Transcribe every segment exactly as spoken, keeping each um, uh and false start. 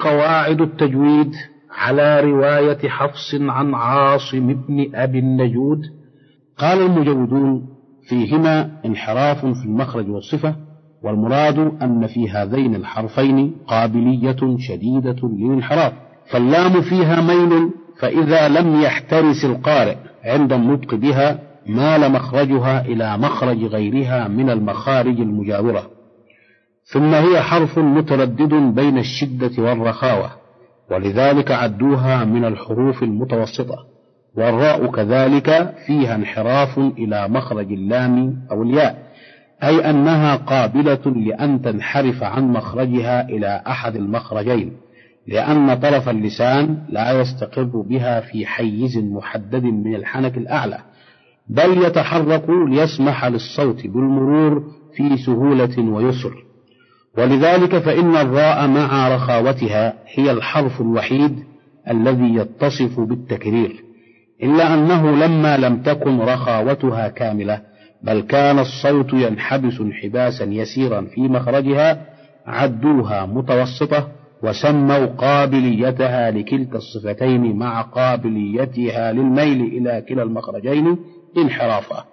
قواعد التجويد على رواية حفص عن عاصم بن أبي النجود. قال المجودون فيهما انحراف في المخرج والصفة، والمراد أن في هذين الحرفين قابلية شديدة للانحراف، فاللام فيها ميل، فإذا لم يحترس القارئ عند النطق بها مال مخرجها إلى مخرج غيرها من المخارج المجاورة. ثم هي حرف متردد بين الشدة والرخاوة، ولذلك عدوها من الحروف المتوسطة. والراء كذلك فيها انحراف إلى مخرج اللام أو الياء، أي أنها قابلة لأن تنحرف عن مخرجها إلى أحد المخرجين، لأن طرف اللسان لا يستقر بها في حيز محدد من الحنك الأعلى، بل يتحرك ليسمح للصوت بالمرور في سهولة ويسر. ولذلك فإن الراء مع رخاوتها هي الحرف الوحيد الذي يتصف بالتكرير، إلا أنه لما لم تكن رخاوتها كاملة بل كان الصوت ينحبس انحباسا يسيرا في مخرجها عدوها متوسطة، وسموا قابليتها لكلتا الصفتين مع قابليتها للميل إلى كلا المخرجين انحرافا.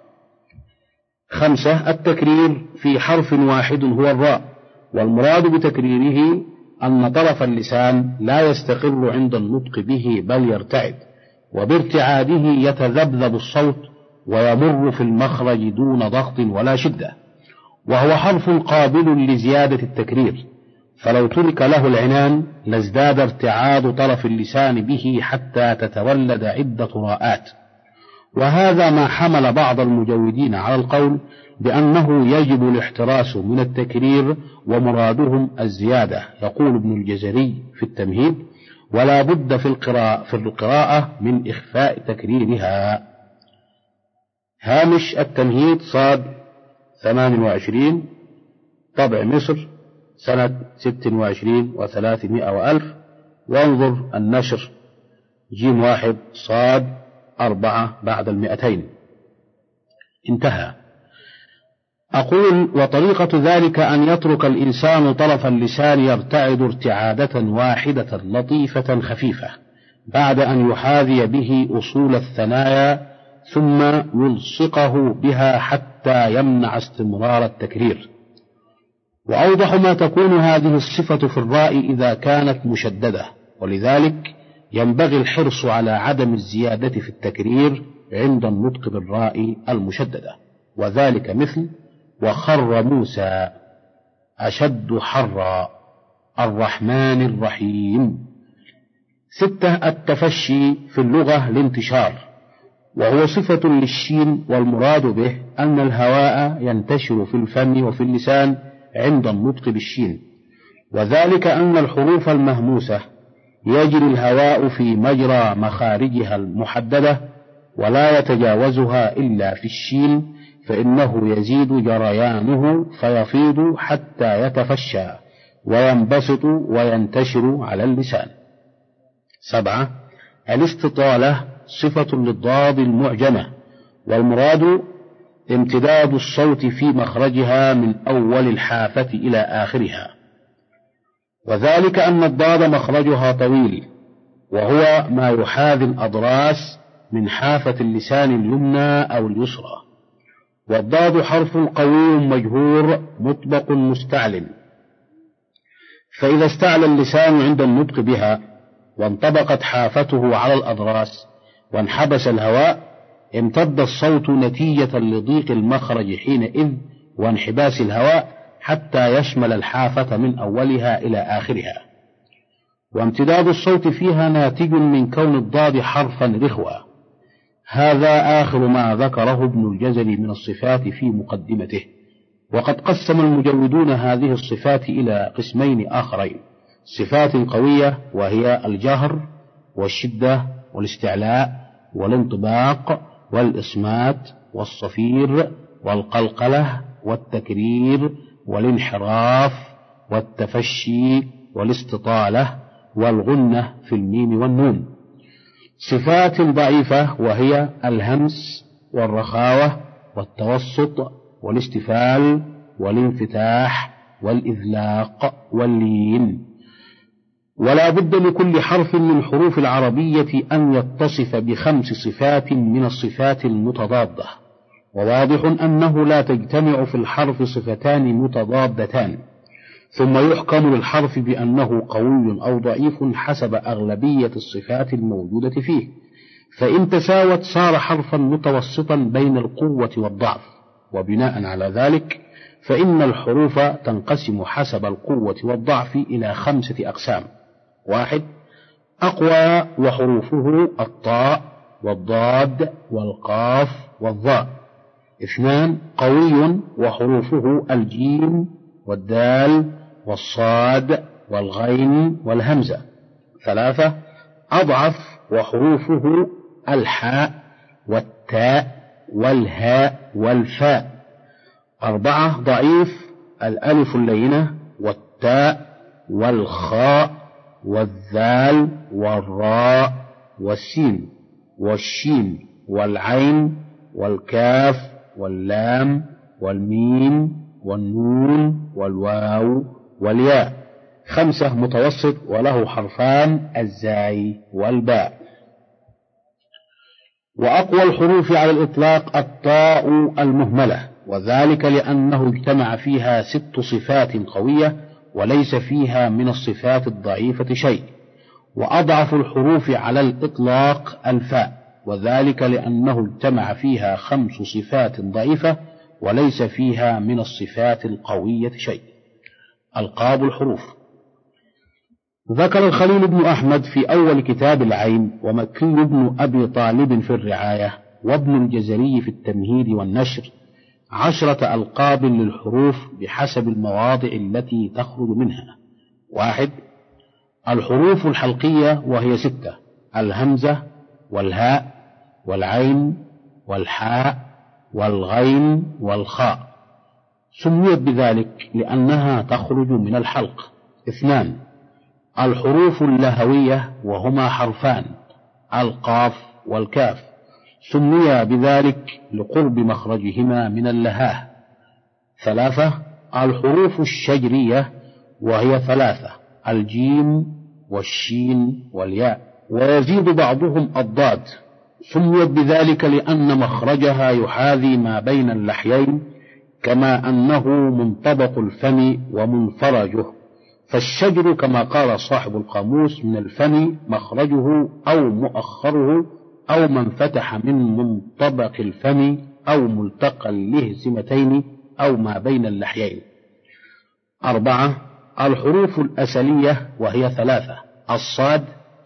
خمسة. التكرير في حرف واحد هو الراء، والمراد بتكريره أن طرف اللسان لا يستقر عند النطق به بل يرتعد، وبارتعاده يتذبذب الصوت ويمر في المخرج دون ضغط ولا شدة، وهو حرف قابل لزيادة التكرير، فلو ترك له العنان لازداد ارتعاد طرف اللسان به حتى تتولد عدة راءات. وهذا ما حمل بعض المجودين على القول بأنه يجب الاحتراس من التكرير ومرادهم الزيادة. يقول ابن الجزري في التمهيد: ولا بد في القراءة, في القراءة من إخفاء تكريرها. هامش التمهيد صاد ثمان وعشرين، طبع مصر، سنة ست وعشرين وثلاثمائة وألف، وانظر النشر جيم واحد صاد أربعة بعد المئتين. انتهى. أقول: وطريقة ذلك أن يترك الإنسان طرف اللسان يرتعد ارتعادة واحدة لطيفة خفيفة بعد أن يحاذي به أصول الثنايا، ثم يلصقه بها حتى يمنع استمرار التكرير. وأوضح ما تكون هذه الصفة في الراء إذا كانت مشددة، ولذلك ينبغي الحرص على عدم الزيادة في التكرير عند النطق بالراء المشددة، وذلك مثل: وخر موسى، أشد حرا، الرحمن الرحيم. ستة. التفشي في اللغة الانتشار، وهو صفة للشين، والمراد به أن الهواء ينتشر في الفم وفي اللسان عند النطق بالشين، وذلك أن الحروف المهموسة يجري الهواء في مجرى مخارجها المحددة ولا يتجاوزها إلا في الشين، فإنه يزيد جريانه فيفيض حتى يتفشى وينبسط وينتشر على اللسان. سبعة. الاستطالة صفة للضاد المعجمة، والمراد امتداد الصوت في مخرجها من أول الحافة إلى آخرها، وذلك أن الضاد مخرجها طويل، وهو ما يحاذي الأضراس من حافة اللسان اليمنى أو اليسرى. والضاد حرف قوي مجهور مطبق مستعل، فإذا استعلى اللسان عند النطق بها وانطبقت حافته على الأضراس وانحبس الهواء امتد الصوت نتيجة لضيق المخرج حينئذ وانحباس الهواء حتى يشمل الحافة من أولها إلى آخرها. وامتداد الصوت فيها ناتج من كون الضاد حرفا رخوة. هذا آخر ما ذكره ابن الجزري من الصفات في مقدمته. وقد قسم المجودون هذه الصفات إلى قسمين آخرين: صفات قوية وهي الجهر والشدة والاستعلاء والانطباق والإصمات والصفير والقلقلة والتكرير والانحراف والتفشي والاستطالة والغنة في الميم والنون. صفات ضعيفة وهي الهمس والرخاوة والتوسط والاستفال والانفتاح والإذلاق واللين. ولا بد لكل حرف من حروف العربية أن يتصف بخمس صفات من الصفات المتضادة، وواضح أنه لا تجتمع في الحرف صفتان متضادتان، ثم يحكم للحرف بأنه قوي أو ضعيف حسب أغلبية الصفات الموجودة فيه، فإن تساوت صار حرفا متوسطا بين القوة والضعف، وبناء على ذلك فإن الحروف تنقسم حسب القوة والضعف إلى خمسة أقسام: واحد، أقوى وحروفه الطاء والضاد والقاف والظاء. اثنان، قوي وحروفه الجيم والدال والصاد والغين والهمزة. ثلاثة، أضعف وحروفه الحاء والتاء والهاء والفاء. أربعة، ضعيف الألف اللينة والتاء والخاء والذال والراء والسين والشين والعين والكاف واللام والميم والنون والواو والياء. خمسة، متوسط وله حرفان الزاي والباء. وأقوى الحروف على الإطلاق الطاء المهملة، وذلك لأنه اجتمع فيها ست صفات قوية وليس فيها من الصفات الضعيفة شيء. وأضعف الحروف على الإطلاق الفاء، وذلك لأنه اجتمع فيها خمس صفات ضعيفة وليس فيها من الصفات القوية شيء. ألقاب الحروف. ذكر الخليل بن أحمد في أول كتاب العين، ومكي بن أبي طالب في الرعاية، وابن الجزري في التمهيد والنشر عشرة ألقاب للحروف بحسب المواضع التي تخرج منها. واحد، الحروف الحلقية وهي ستة: الهمزة والهاء والعين والحاء والغين والخاء، سميت بذلك لأنها تخرج من الحلق. اثنان، الحروف اللهوية وهما حرفان: القاف والكاف، سمي بذلك لقرب مخرجهما من اللهاه. ثلاثة، الحروف الشجرية وهي ثلاثة: الجيم والشين والياء، ويزيد بعضهم الضاد، سميت بذلك لأن مخرجها يحاذي ما بين اللحيين، كما أنه منطبق الفم ومنفرجه. فالشجر كما قال صاحب القاموس من الفم مخرجه أو مؤخره، أو ما انفتح من منطبق الفم أو ملتقى اللهزمتين أو ما بين اللحيين. أربعة، الحروف الأسلية وهي ثلاثة: الصاد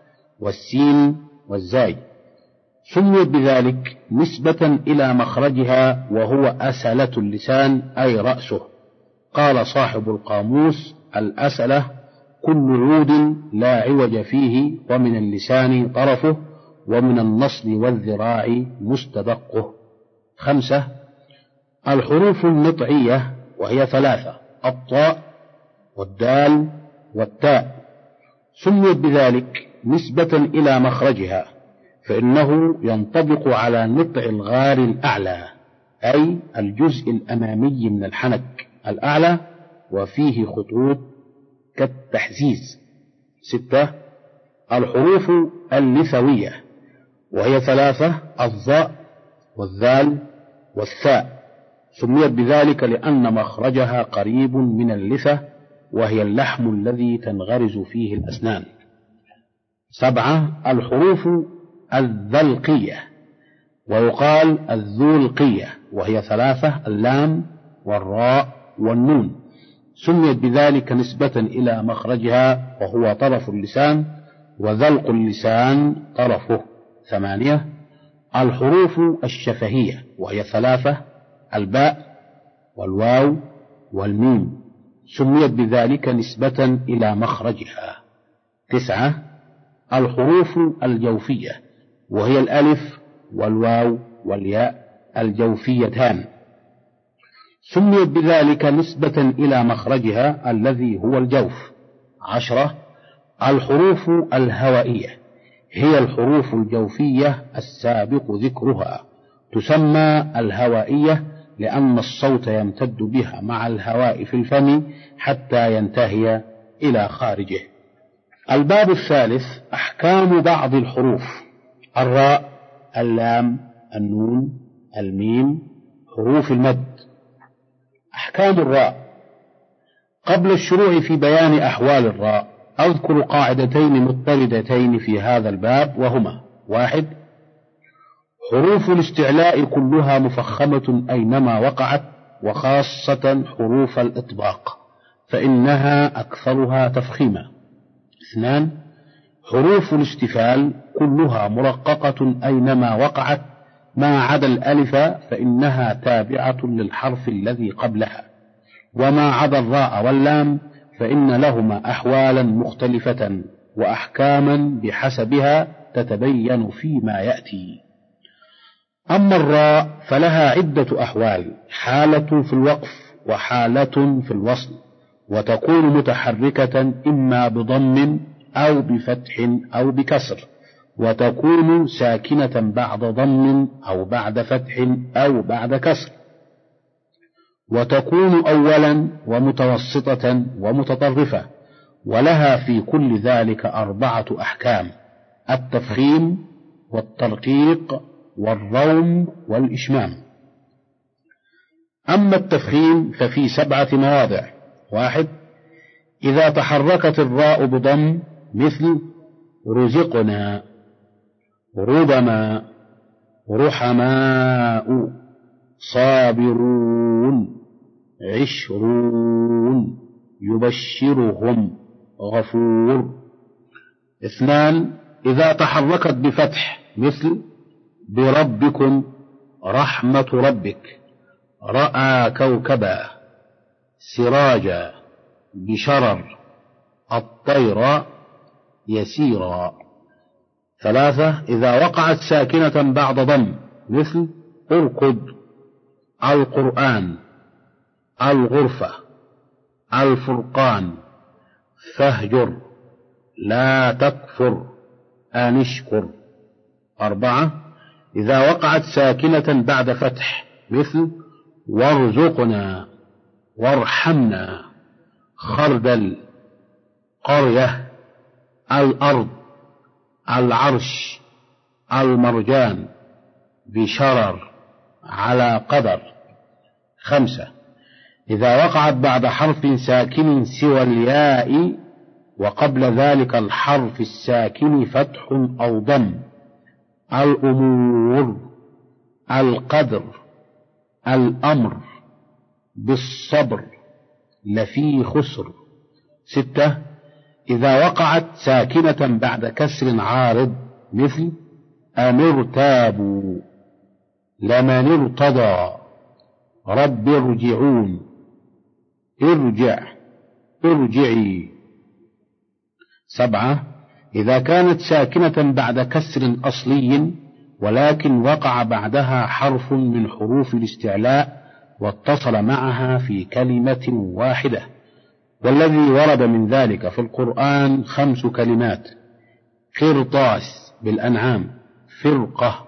والسين والزاي، سميت بذلك نسبة إلى مخرجها وهو أسلة اللسان أي رأسه. قال صاحب القاموس: الأسلة كل عود لا عوج فيه، ومن اللسان طرفه، ومن النصل والذراع مستدقه. خمسة، الحروف النطعية وهي ثلاثة: الطاء والدال والتاء، سميت بذلك نسبة إلى مخرجها، فإنه ينطبق على نطع الغار الأعلى، أي الجزء الأمامي من الحنك الأعلى، وفيه خطوط كالتحزيز. ستة، الحروف اللثوية وهي ثلاثة: الظاء والذال والثاء، سميت بذلك لأن مخرجها قريب من اللثة، وهي اللحم الذي تنغرز فيه الأسنان. سبعة، الحروف الذلقية ويقال الذولقية، وهي ثلاثة: اللام والراء والنون، سميت بذلك نسبة إلى مخرجها وهو طرف اللسان، وذلق اللسان طرفه. ثمانية، الحروف الشفهية وهي ثلاثة: الباء والواو والميم، سميت بذلك نسبة إلى مخرجها. تسعة، الحروف الجوفية وهي الألف والواو والياء الجوفيتان، سميت بذلك نسبة إلى مخرجها الذي هو الجوف. عشرة، الحروف الهوائية هي الحروف الجوفية السابق ذكرها، تسمى الهوائية لأن الصوت يمتد بها مع الهواء في الفم حتى ينتهي إلى خارجه. الباب الثالث أحكام بعض الحروف: الراء، اللام، النون، الميم، حروف المد. أحكام الراء. قبل الشروع في بيان أحوال الراء أذكر قاعدتين مضطردتين في هذا الباب، وهما: واحد، حروف الاستعلاء كلها مفخمة أينما وقعت، وخاصة حروف الإطباق فإنها أكثرها تفخيما. اثنان، حروف الاستفال كلها مرققة أينما وقعت ما عدا الألف فإنها تابعة للحرف الذي قبلها، وما عدا الراء واللام فإن لهما أحوالا مختلفة وأحكاما بحسبها تتبين فيما يأتي. أما الراء فلها عدة أحوال: حالة في الوقف، وحالة في الوصل، وتكون متحركة إما بضم أو بفتح أو بكسر، وتكون ساكنة بعد ضم أو بعد فتح أو بعد كسر، وتكون أولا ومتوسطة ومتطرفة، ولها في كل ذلك أربعة أحكام: التفخيم والترقيق والروم والإشمام. أما التفخيم ففي سبعة مواضع: واحد، إذا تحركت الراء بضم مثل رزقنا، ربما، رحماء، صابرون، عشرون، يبشرهم، غفور. اثنان، إذا تحركت بفتح مثل بربكم، رحمة ربك، رأى كوكبا، سراجا، بشرر، الطير، يسيرا. ثلاثة، إذا وقعت ساكنة بعد ضم مثل ارقد، القرآن، الغرفة، الفرقان، فاهجر، لا تكفر، أنشكر. أربعة، إذا وقعت ساكنة بعد فتح مثل وارزقنا، وارحمنا، خردل، قرية، الأرض، العرش، المرجان، بشرر، على قدر. خمسة، إذا وقعت بعد حرف ساكن سوى الياء وقبل ذلك الحرف الساكن فتح أو ضم: الأمور، القدر، الأمر، بالصبر، لفي خسر. ستة، إذا وقعت ساكنة بعد كسر عارض مثل أمر تابوا، لمن ارتضى، رب ارجعون، ارجع، ارجعي. سبعة، إذا كانت ساكنة بعد كسر أصلي ولكن وقع بعدها حرف من حروف الاستعلاء واتصل معها في كلمة واحدة، والذي ورد من ذلك في القرآن خمس كلمات: قرطاس بالأنعام، فرقة،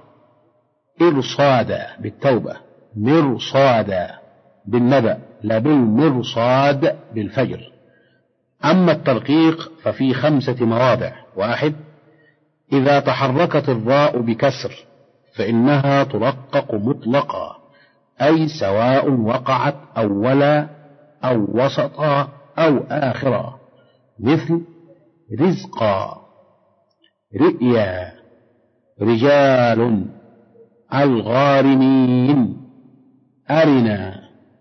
إرصادا بالتوبة، مرصادا بالنبأ، لا بالمرصاد بالفجر. أما الترقيق ففي خمسة مواضع: واحد، إذا تحركت الراء بكسر فإنها ترقق مطلقا، أي سواء وقعت أولا أو وسطا أو آخرا، مثل رزقا، رئيا، رجال، الغارمين، أرنا،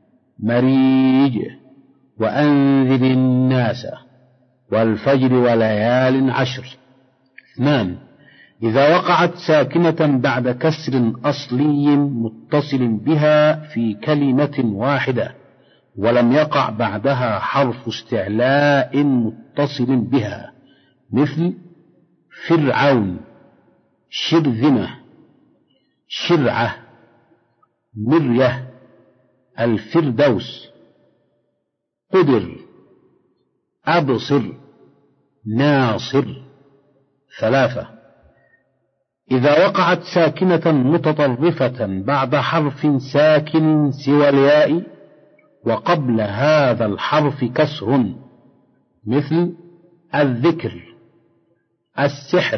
مريج، وأنذر الناس، والفجر وليال عشر. اثنان، إذا وقعت ساكنة بعد كسر أصلي متصل بها في كلمة واحدة ولم يقع بعدها حرف استعلاء متصل بها مثل فرعون، شرذمة، شرعة، مرية، الفردوس، قدر، أبصر، ناصر. ثلاثة، إذا وقعت ساكنة متطرفة بعد حرف ساكن سوى الياء وقبل هذا الحرف كسر مثل الذكر، السحر،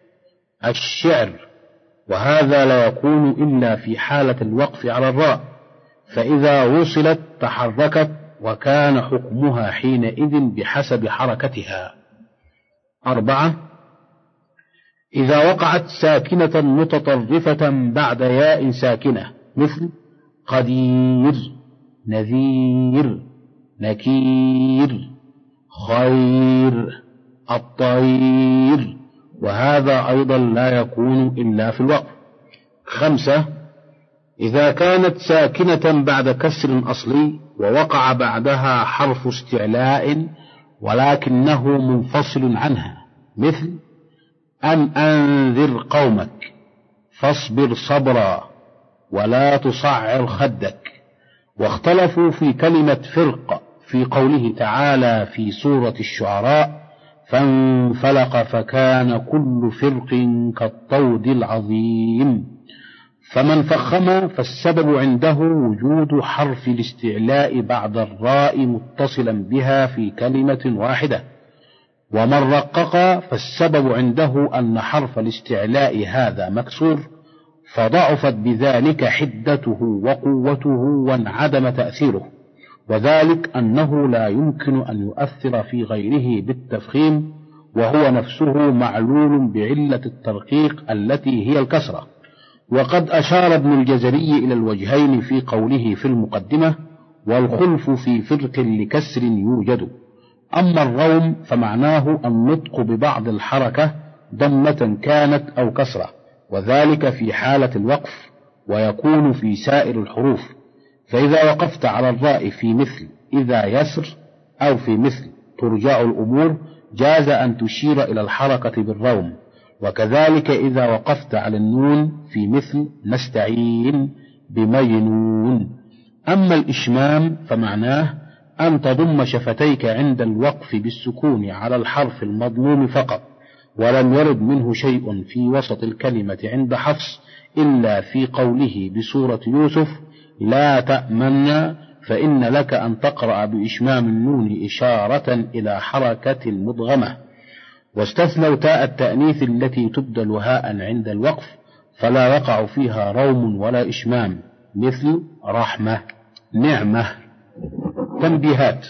الشعر، وهذا لا يكون إلا في حالة الوقف على الراء، فإذا وصلت تحركت وكان حكمها حينئذ بحسب حركتها. أربعة، إذا وقعت ساكنة متطرفة بعد ياء ساكنة مثل قدير، نذير، نكير، خير، الطير، وهذا أيضا لا يكون إلا في الوقف. خمسة، إذا كانت ساكنة بعد كسر أصلي ووقع بعدها حرف استعلاء ولكنه منفصل عنها مثل أن أنذر قومك، فاصبر صبرا، ولا تصعر خدك. واختلفوا في كلمة فرق في قوله تعالى في سورة الشعراء فانفلق فكان كل فرق كالطود العظيم. فمن فخم فالسبب عنده وجود حرف الاستعلاء بعد الراء متصلا بها في كلمة واحدة، ومن رقق فالسبب عنده أن حرف الاستعلاء هذا مكسور، فضعفت بذلك حدته وقوته وانعدم تأثيره، وذلك أنه لا يمكن أن يؤثر في غيره بالتفخيم، وهو نفسه معلول بعلة الترقيق التي هي الكسرة. وقد أشار ابن الجزري إلى الوجهين في قوله في المقدمة والخلف في فرق لكسر يوجد. أما الروم فمعناه النطق ببعض الحركة ضمة كانت أو كسرة، وذلك في حالة الوقف، ويكون في سائر الحروف. فإذا وقفت على الراء في مثل إذا يسر أو في مثل ترجع الأمور جاز أن تشير إلى الحركة بالروم، وكذلك إذا وقفت على النون في مثل نستعين بمجنون. أما الإشمام فمعناه أن تضم شفتيك عند الوقف بالسكون على الحرف المضموم فقط، ولم يرد منه شيء في وسط الكلمة عند حفص إلا في قوله بسورة يوسف لا تأمن، فإن لك أن تقرأ بإشمام النون إشارة إلى حركة المدغمة. واستثنوا تاء التأنيث التي تبدل هاء عند الوقف فلا يقع فيها روم ولا إشمام مثل رحمة، نعمة. تنبيهات: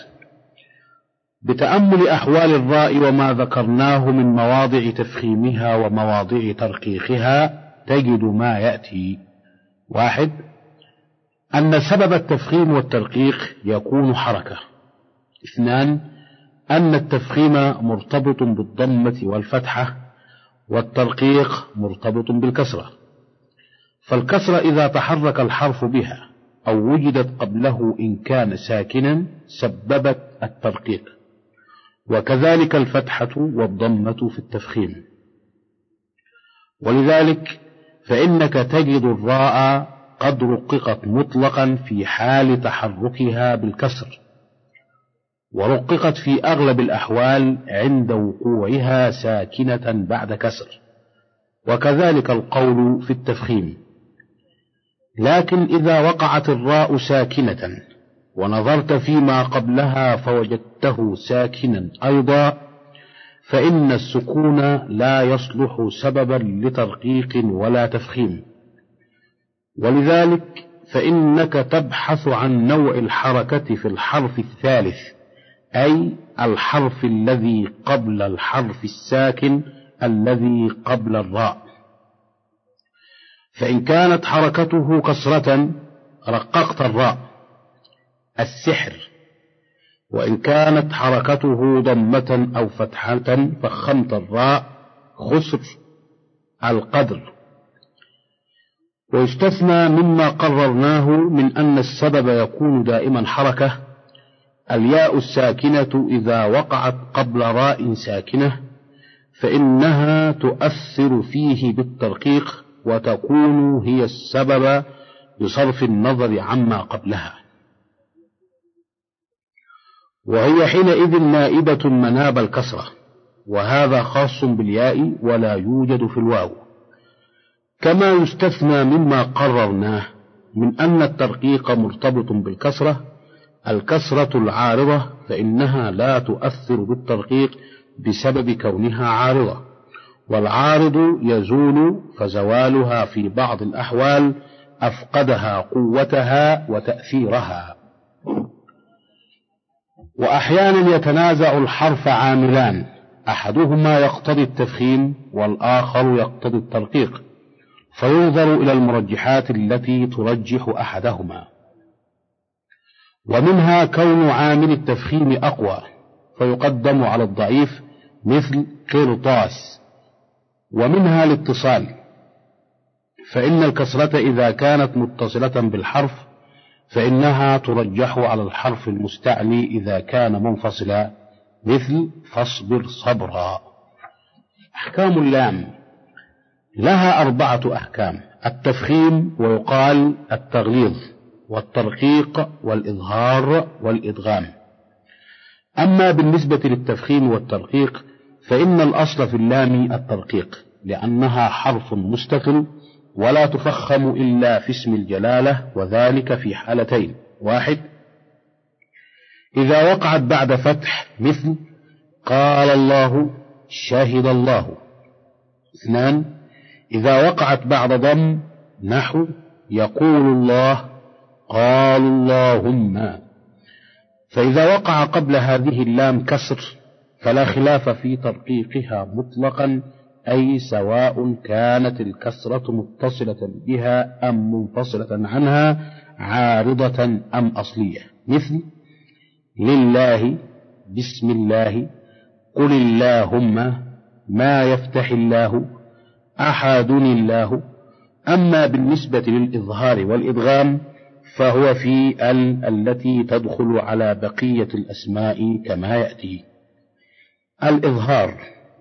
بتأمل أحوال الراء وما ذكرناه من مواضع تفخيمها ومواضع ترقيقها تجد ما يأتي. واحد، أن سبب التفخيم والترقيق يكون حركة. اثنان، أن التفخيم مرتبط بالضمة والفتحة، والترقيق مرتبط بالكسرة. فالكسرة إذا تحرك الحرف بها أو وجدت قبله إن كان ساكنا سببت الترقيق، وكذلك الفتحة والضمة في التفخيم. ولذلك فإنك تجد الراء قد رققت مطلقا في حال تحركها بالكسر، ورققت في أغلب الأحوال عند وقوعها ساكنة بعد كسر، وكذلك القول في التفخيم. لكن إذا وقعت الراء ساكنة ونظرت فيما قبلها فوجدته ساكنا أيضا، فإن السكون لا يصلح سببا لترقيق ولا تفخيم. ولذلك فإنك تبحث عن نوع الحركة في الحرف الثالث، أي الحرف الذي قبل الحرف الساكن الذي قبل الراء. فإن كانت حركته كسرة رققت الراء السحر، وإن كانت حركته ضمة أو فتحة فخمت الراء خسر القدر. ويستثنى مما قررناه من أن السبب يكون دائما حركة الياء الساكنة إذا وقعت قبل راء ساكنة، فإنها تؤثر فيه بالترقيق وتكون هي السبب بصرف النظر عما قبلها، وهي حينئذ نائبة مناب الكسرة، وهذا خاص بالياء ولا يوجد في الواو. كما يستثنى مما قررناه من أن الترقيق مرتبط بالكسرة الكسرة العارضة، فإنها لا تؤثر بالترقيق بسبب كونها عارضة، والعارض يزول، فزوالها في بعض الأحوال أفقدها قوتها وتأثيرها. وأحيانا يتنازع الحرف عاملان، أحدهما يقتضي التفخيم والآخر يقتضي الترقيق، فينظر إلى المرجحات التي ترجح أحدهما. ومنها كون عامل التفخيم أقوى فيقدم على الضعيف مثل قرطاس. ومنها الاتصال، فإن الكسرة إذا كانت متصلة بالحرف فإنها ترجح على الحرف المستعلي إذا كان منفصلا مثل فاصبر صبرا. أحكام اللام لها أربعة أحكام: التفخيم، ويقال التغليظ، والترقيق، والإظهار، والإدغام. أما بالنسبة للتفخيم والترقيق فإن الأصل في اللام الترقيق، لأنها حرف مستقل ولا تفخم إلا في اسم الجلالة، وذلك في حالتين: واحد، إذا وقعت بعد فتح مثل قال الله شهد الله. اثنان، إذا وقعت بعد ضم نحو يقول الله قال اللهم. فإذا وقع قبل هذه اللام كسر فلا خلاف في ترقيقها مطلقا، أي سواء كانت الكسرة متصلة بها أم منفصلة عنها، عارضة أم أصلية، مثل لله، بسم الله، قل اللهم، ما يفتح الله، أحد الله. أما بالنسبة للإظهار والإدغام فهو في ال التي تدخل على بقية الأسماء كما يأتي. الإظهار: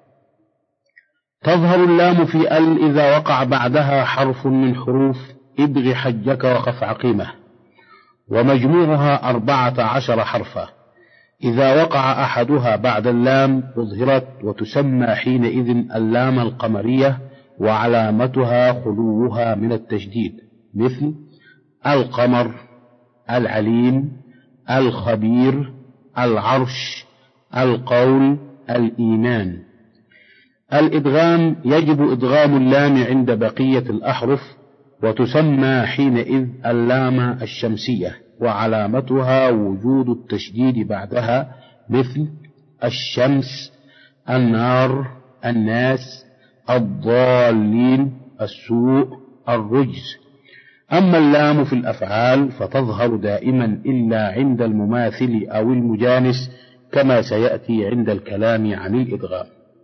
تظهر اللام في ال إذا وقع بعدها حرف من حروف ابغ حجك وخف عقيمة، ومجموعها أربعة عشر حرفا. إذا وقع أحدها بعد اللام أظهرت، وتسمى حينئذ اللام القمرية، وعلامتها خلوها من التشديد، مثل القمر، العليم، الخبير، العرش، القول، الإيمان. الإدغام: يجب إدغام اللام عند بقية الأحرف، وتسمى حينئذ اللام الشمسية، وعلامتها وجود التشديد بعدها، مثل الشمس، النار، الناس، الضالين، السوء، الرجز. أما اللام في الأفعال فتظهر دائما إلا عند المماثل أو المجانس، كما سيأتي عند الكلام عن الإدغام.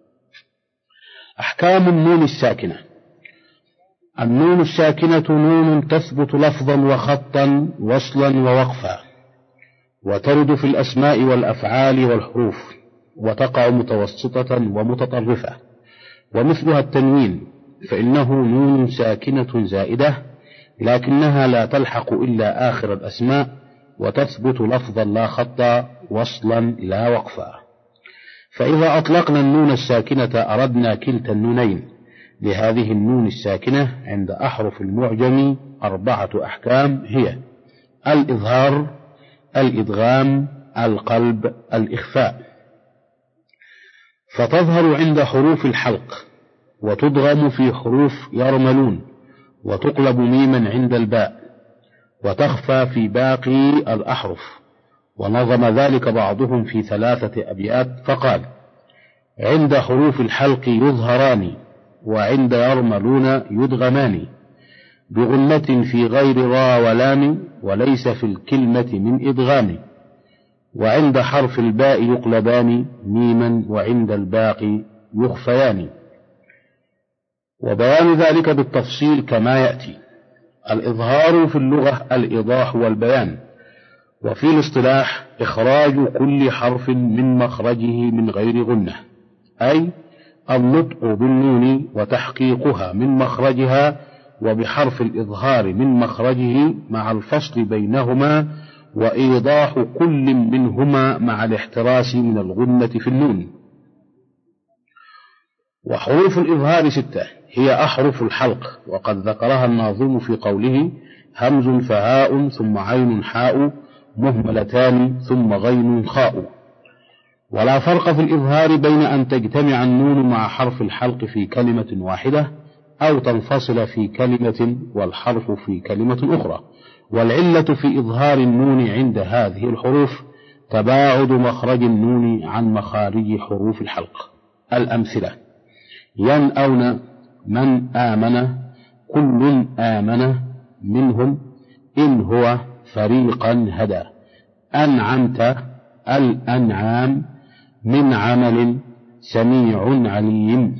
أحكام النون الساكنة: النون الساكنة نون تثبت لفظا وخطا وصلا ووقفا، وترد في الأسماء والأفعال والحروف، وتقع متوسطة ومتطرفة. ومثلها التنوين، فإنه نون ساكنة زائدة لكنها لا تلحق إلا آخر الأسماء، وتثبت لفظا لا خطا، وصلا لا وقفا. فإذا أطلقنا النون الساكنة أردنا كلتا النونين. لهذه النون الساكنة عند أحرف المعجم أربعة أحكام، هي الإظهار، الإدغام، القلب، الإخفاء. فتظهر عند حروف الحلق، وتدغم في حروف يرملون، وتقلب ميما عند الباء، وتخفى في باقي الأحرف. ونظم ذلك بعضهم في ثلاثة أبيات فقال: عند حروف الحلق يظهران، وعند يرملون يدغمان، بغنة في غير را ولام، وليس في الكلمة من إدغام. وعند حرف الباء يقلبان ميما، وعند الباقي يخفيان. وبيان ذلك بالتفصيل كما يأتي. الإظهار في اللغة الإيضاح والبيان، وفي الاصطلاح إخراج كل حرف من مخرجه من غير غنة، أي النطق بالنون وتحقيقها من مخرجها، وبحرف الإظهار من مخرجه مع الفصل بينهما، وإيضاح كل منهما مع الاحتراس من الغنة في النون. وحروف الإظهار ستة هي أحرف الحلق، وقد ذكرها الناظم في قوله: همز فهاء ثم عين حاء، مهملتان ثم غين خاء. ولا فرق في الإظهار بين أن تجتمع النون مع حرف الحلق في كلمة واحدة أو تنفصل في كلمة والحرف في كلمة أخرى. والعلة في إظهار النون عند هذه الحروف تباعد مخرج النون عن مخارج حروف الحلق. الأمثلة: ينأون، من آمن، كل آمن منهم، إن هو فريقا هدى، أنعمت، الأنعام، من عمل، سميع عليم.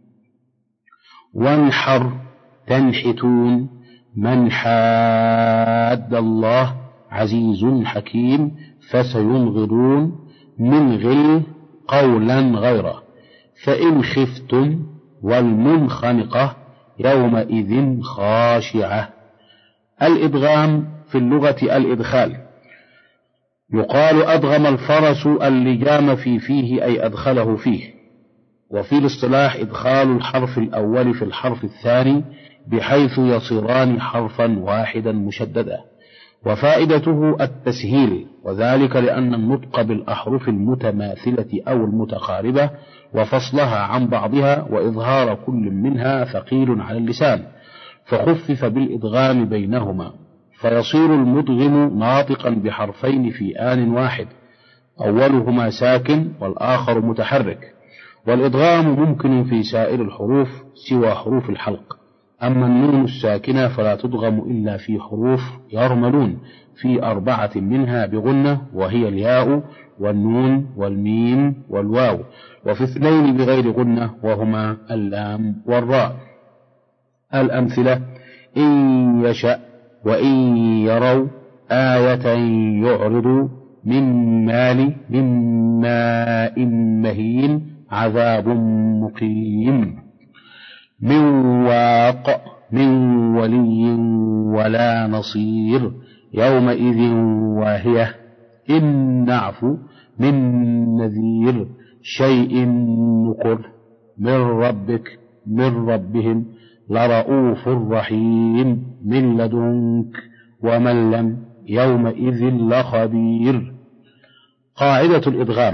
وانحر، تنحتون، من حاد الله، عزيز حكيم، فسينغضون، من غل، قولا غيره. فإن خفتم، والمنخنقة يومئذ خاشعة. الإدغام في اللغة الإدخال، يقال أدغم الفرس اللجام في فيه أي أدخله فيه. وفي الاصطلاح إدخال الحرف الأول في الحرف الثاني بحيث يصيران حرفا واحدا مشددا. وفائدته التسهيل، وذلك لأن النطق بالأحرف المتماثلة أو المتقاربة وفصلها عن بعضها وإظهار كل منها ثقيل على اللسان، فخفف بالإدغام بينهما، فيصير المدغم ناطقا بحرفين في آن واحد، أولهما ساكن والآخر متحرك. والإدغام ممكن في سائر الحروف سوى حروف الحلق. أما النون الساكنة فلا تدغم إلا في حروف يرملون، في أربعة منها بغنة، وهي الياء والنون والميم والواو، وفي اثنين بغير غنة وهما اللام والراء. الأمثلة: إن يشأ، وإن يروا آية يعرضوا، من مال، من ماء مهين، عذاب مقيم. من واق، من ولي ولا نصير، يومئذ واهية. إن نعفو، من نذير، شيء نكر، من ربك، من ربهم، لرؤوف رحيم، من لدنك، ومن لم، يومئذ لخبير. قاعدة الإدغام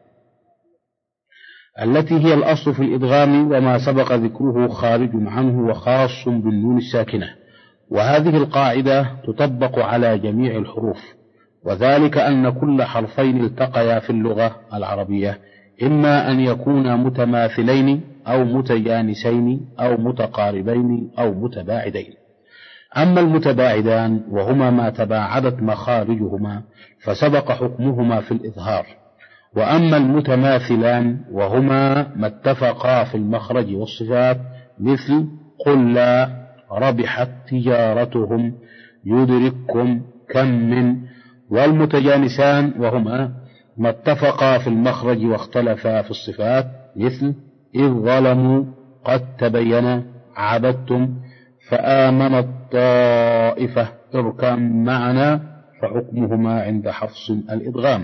التي هي الأصل في الإدغام وما سبق ذكره خارج عنه وخاص بالنون الساكنة. وهذه القاعدة تطبق على جميع الحروف، وذلك أن كل حرفين التقيا في اللغة العربية إما أن يكونا متماثلين أو متجانسين أو متقاربين أو متباعدين. أما المتباعدان وهما ما تباعدت مخارجهما فسبق حكمهما في الإظهار، وأما المتماثلان وهما ما اتفقا في المخرج والصفات مثل قل لا، ربحت تجارتهم، يدرككم، كم من. والمتجانسان وهما ما اتفقا في المخرج واختلفا في الصفات مثل إذ ظلموا، قد تبين، عبدتم، فآمنت طائفة، اركب معنا، فحكمهما عند حفص الإدغام.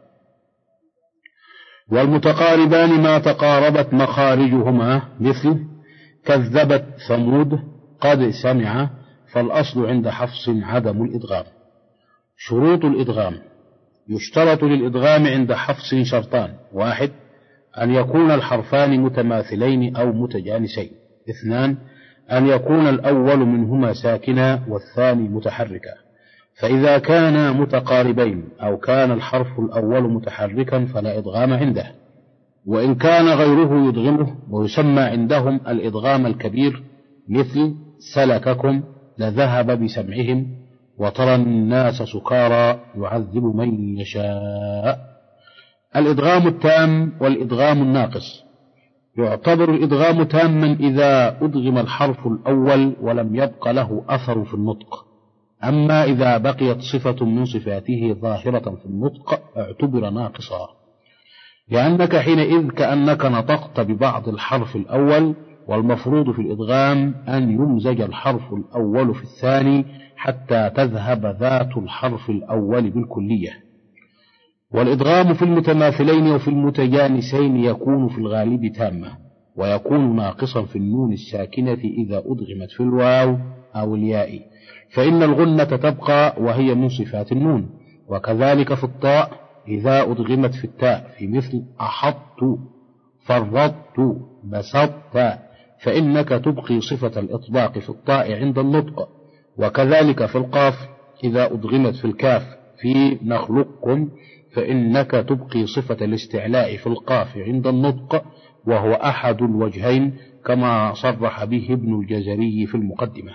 والمتقاربان ما تقاربت مخارجهما مثل كذبت ثمود، قد سمع، فالأصل عند حفص عدم الإدغام. شروط الإدغام: يشترط للإدغام عند حفص شرطان: واحد، أن يكون الحرفان متماثلين أو متجانسين. اثنان، أن يكون الأول منهما ساكنا والثاني متحركا. فإذا كانا متقاربين أو كان الحرف الأول متحركا فلا إدغام عنده، وإن كان غيره يدغمه، ويسمى عندهم الإدغام الكبير مثل سلككم، لذهب بسمعهم، وترى الناس سكارى، يعذب من يشاء. الإدغام التام والإدغام الناقص: يعتبر الإدغام تاما إذا أدغم الحرف الأول ولم يبق له أثر في النطق، أما إذا بقيت صفة من صفاته ظاهرة في النطق اعتبر ناقصا، لأنك حينئذ كأنك نطقت ببعض الحرف الأول، والمفروض في الإدغام أن يمزج الحرف الأول في الثاني حتى تذهب ذات الحرف الأول بالكلية. والإدغام في المتماثلين وفي المتجانسين يكون في الغالب تامة، ويكون ناقصا في النون الساكنة إذا أدغمت في الواو أو الياء، فإن الغنة تبقى وهي من صفات النون، وكذلك في الطاء إذا أدغمت في التاء في مثل أحطت فرطت بسطت فإنك تبقي صفة الإطباق في الطاء عند النطق. وكذلك في القاف إذا أدغمت في الكاف في نخلقكم فإنك تبقي صفة الاستعلاء في القاف عند النطق، وهو أحد الوجهين كما صرح به ابن الجزري في المقدمة.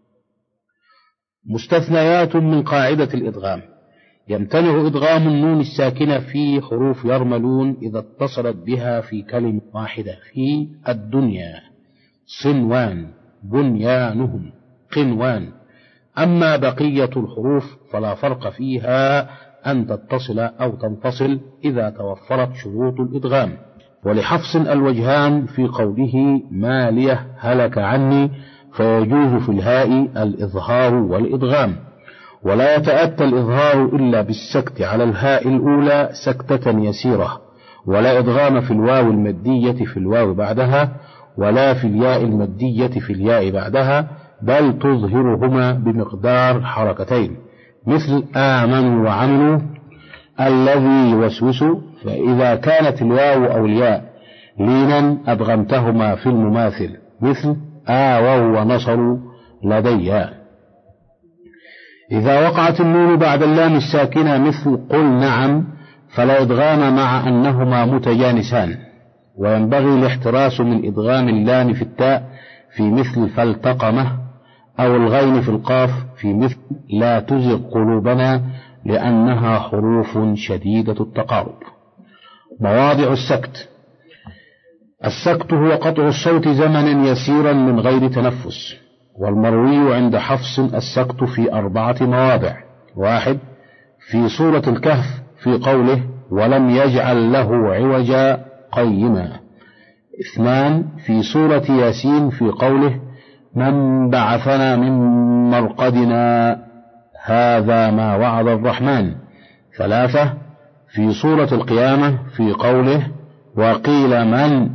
مستثنيات من قاعدة الإدغام: يمتنع إدغام النون الساكنة في حروف يرملون إذا اتصلت بها في كلمة واحدة في الدنيا صنوان بنيانهم قنوان. أما بقية الحروف فلا فرق فيها أن تتصل أو تنفصل إذا توفرت شروط الإدغام. ولحفص الوجهان في قوله مالية هلك عني، فيجوز في الهاء الإظهار والإدغام، ولا يتأتى الإظهار إلا بالسكت على الهاء الأولى سكتة يسيرة، ولا إدغام في الواو المدية في الواو بعدها، ولا في الياء المدية في الياء بعدها، بل تظهرهما بمقدار حركتين، مثل آمنوا وعملوا الذي يوسوس، فإذا كانت الواو أو الياء لينا أدغمتهما في المماثل، مثل آووا ونصروا لدي. إذا وقعت النون بعد اللام الساكنة مثل قل نعم فلا إدغام مع أنهما متجانسان، وينبغي الاحتراس من إدغام اللام في التاء في مثل فالتقمه، أو الغين في القاف في مثل لا تزغ قلوبنا، لأنها حروف شديدة التقارب. مواضع السكت: السكت هو قطع الصوت زمنا يسيرا من غير تنفس، والمروي عند حفص السكت في أربعة مواضع: واحد في سورة الكهف في قوله ولم يجعل له عوجا قيما. اثنان في سورة ياسين في قوله من بعثنا من مرقدنا هذا ما وعد الرحمن. ثلاثة في سورة القيامة في قوله وقيل من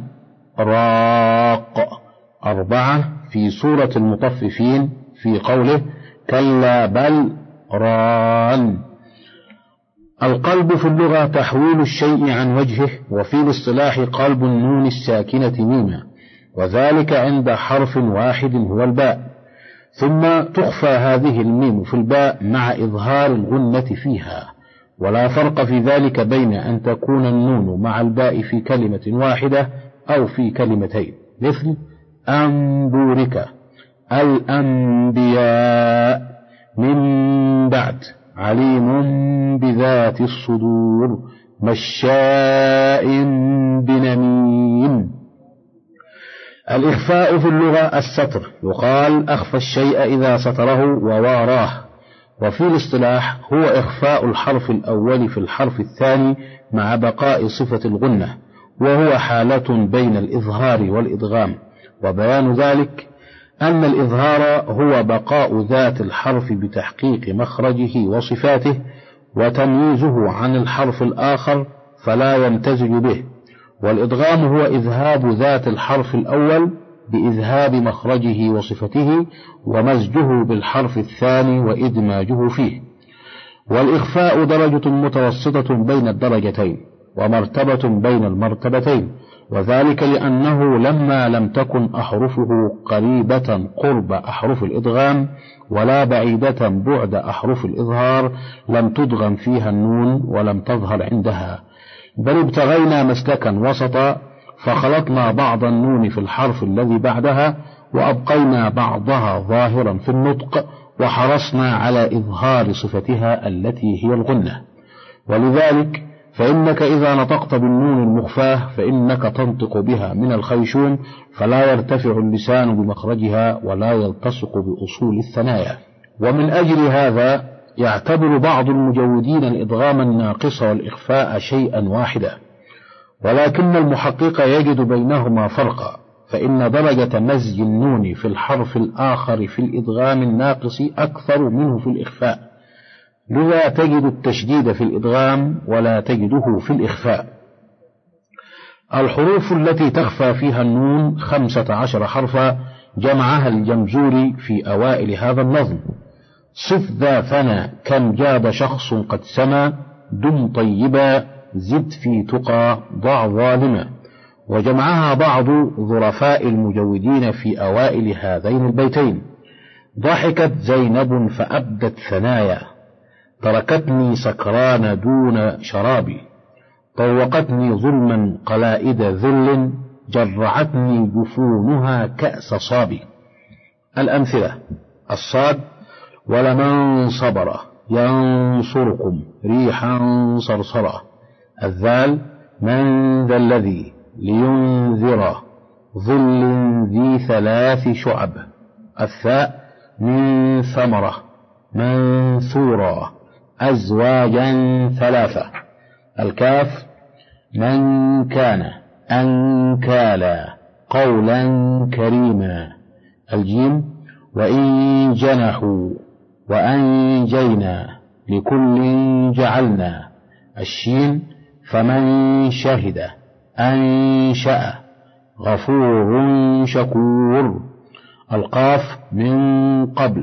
راق. أربعة في سورة المطففين في قوله كلا بل ران. القلب في اللغة تحويل الشيء عن وجهه، وفي الاصطلاح قلب النون الساكنة ميما، وذلك عند حرف واحد هو الباء، ثم تخفى هذه الميم في الباء مع إظهار الغنة فيها، ولا فرق في ذلك بين أن تكون النون مع الباء في كلمة واحدة أو في كلمتين، مثل أنبورك الأنبياء من بعد عليم بذات الصدور مشاء بنميم. الإخفاء في اللغة الستر، يقال أخفى الشيء إذا ستره وواراه، وفي الاصطلاح هو إخفاء الحرف الأول في الحرف الثاني مع بقاء صفة الغنة، وهو حالة بين الإظهار والإدغام. وبيان ذلك أن الإظهار هو بقاء ذات الحرف بتحقيق مخرجه وصفاته وتمييزه عن الحرف الآخر فلا يمتزج به، والإدغام هو إذهاب ذات الحرف الأول بإذهاب مخرجه وصفته ومزجه بالحرف الثاني وإدماجه فيه. والإخفاء درجة متوسطة بين الدرجتين ومرتبة بين المرتبتين، وذلك لأنه لما لم تكن أحرفه قريبة قرب أحرف الإدغام ولا بعيدة بعد أحرف الإظهار لم تدغم فيها النون ولم تظهر عندها، بل ابتغينا مسلكا وسطا فخلطنا بعض النون في الحرف الذي بعدها وأبقينا بعضها ظاهرا في النطق، وحرصنا على إظهار صفتها التي هي الغنة. ولذلك فإنك إذا نطقت بالنون المخفاة فإنك تنطق بها من الخيشوم، فلا يرتفع اللسان بمخرجها ولا يلتصق بأصول الثنايا. ومن أجل هذا يعتبر بعض المجودين الإدغام الناقص والإخفاء شيئا واحدا، ولكن المحقق يجد بينهما فرقا، فإن درجة مزج النون في الحرف الآخر في الإدغام الناقص أكثر منه في الإخفاء، لذا تجد التشديد في الإدغام ولا تجده في الإخفاء. الحروف التي تخفى فيها النون خمسة عشر حرفا جمعها الجمزوري في أوائل هذا النظم: صف ذا ثنى كم جاد شخص قد سما دم طيبا زد في تقى ضع ظالما. وجمعها بعض ظرفاء المجودين في أوائل هذين البيتين: ضحكت زينب فأبدت ثنايا، تركتني سكران دون شرابي، طوقتني ظلما قلائد ذل، جرعتني جفونها كأس صابي. الأمثلة: الصاد: ولمن صبر ينصركم ريحا صرصرا. الذال: من ذا الذي لينذر ظل ذي ثلاث شعب. الثاء: من ثمرة منثورا أزواجا ثلاثة. الكاف: من كان أنكالا قولا كريما. الجيم: وإن جنحوا وأنجينا لكل جعلنا. الشين: فمن شهد أنشأ غفور شكور. القاف: من قبل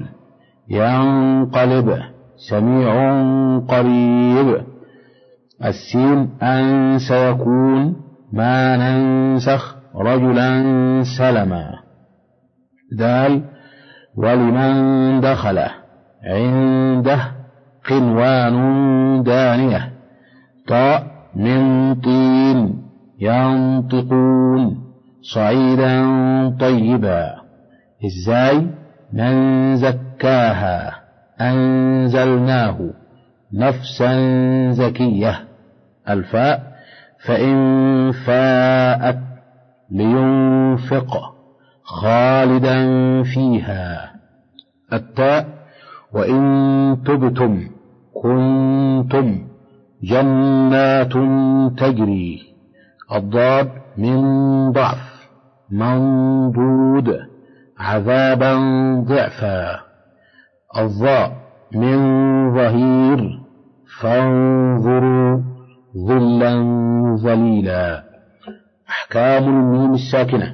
ينقلب سميع قريب. السين: أن سيكون ما ننسخ رجلا سلما. دال: ولمن دخله عنده قنوان دانية. طاء: من طين ينطقون صعيدا طيبا. الزاي: من زكاها أنزلناه نفسا زكية. الفاء: فإن فاءت لينفق خالدا فيها. التاء: وإن تبتم كنتم جنات تجري. الضاد: من ضعف منضود عذابا ضعفا. الظاء: من ظهير فانظروا ظلا ظليلا. أحكام الميم الساكنة: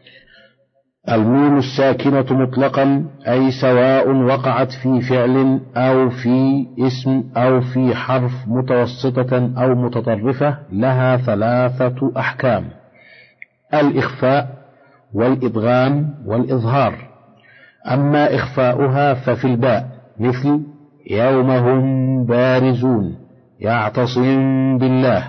الميم الساكنة مطلقا أي سواء وقعت في فعل أو في اسم أو في حرف متوسطة أو متطرفة لها ثلاثة أحكام: الإخفاء والإدغام والإظهار. أما إخفاؤها ففي الباء مثل يوم هم بارزون، يعتصم بالله،